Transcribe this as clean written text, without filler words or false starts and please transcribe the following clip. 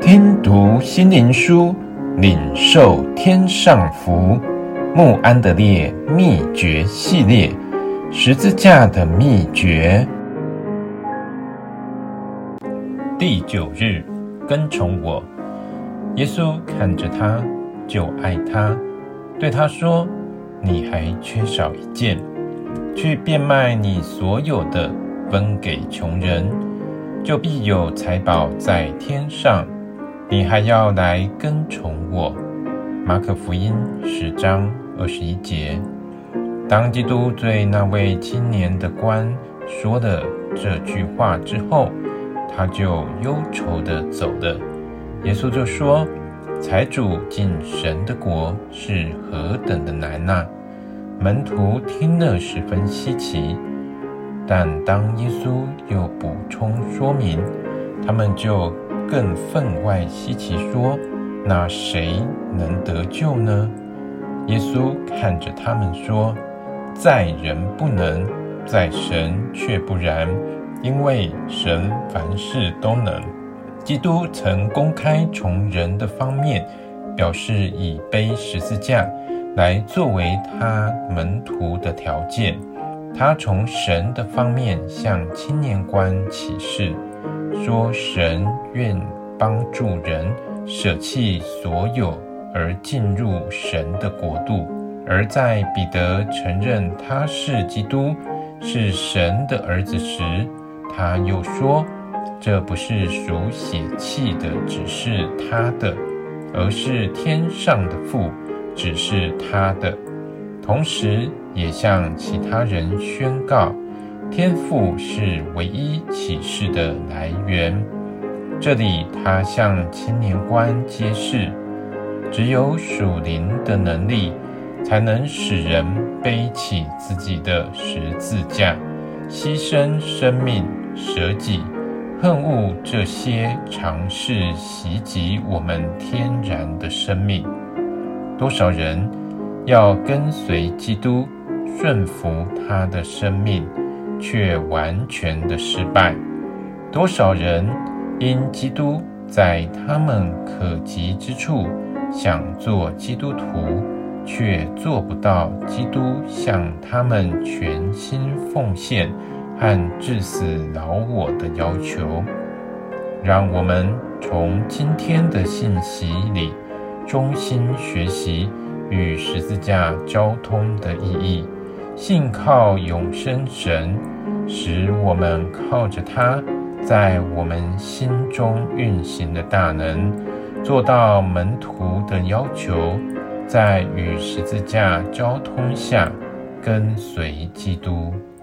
听读心灵书，领受天上福。慕安德烈秘诀系列，十字架的秘诀。第9日，跟从我。耶稣看着他，就爱他，对他说：你还缺少一件，去变卖你所有的，分给穷人，就必有财宝在天上。你还要来跟从我。马可福音10章21节。当基督对那位青年的官说了这句话之后，他就忧愁地走了。耶稣就说：财主进神的国是何等的难啊！门徒听了十分稀奇，但当耶稣又补充说明，他们就更分外稀奇，说：那谁能得救呢？耶稣看着他们说：在人不能，在神却不然，因为神凡事都能。基督曾公开从人的方面表示以背十字架来作为他门徒的条件。他从神的方面向青年官启示，说神愿帮助人舍弃所有而进入神的国度。而在彼得承认他是基督，是神的儿子时，他又说：这不是属血气的指示他的，而是天上的父指示他的。同时也向其他人宣告，天父是唯一启示的来源。这里他向青年官揭示，只有属灵的能力才能使人背起自己的十字架，牺牲生命，舍己，恨恶这些尝试袭击我们天然的生命。多少人要跟随基督，顺服他的生命，却完全的失败。多少人因基督在他们可及之处想做基督徒，却做不到基督向他们全心奉献和至死老我的要求。让我们从今天的信息里衷心学习与十字架交通的意义，信靠永生神，使我们靠着他在我们心中运行的大能，做到门徒的要求，在与十字架交通下跟随基督。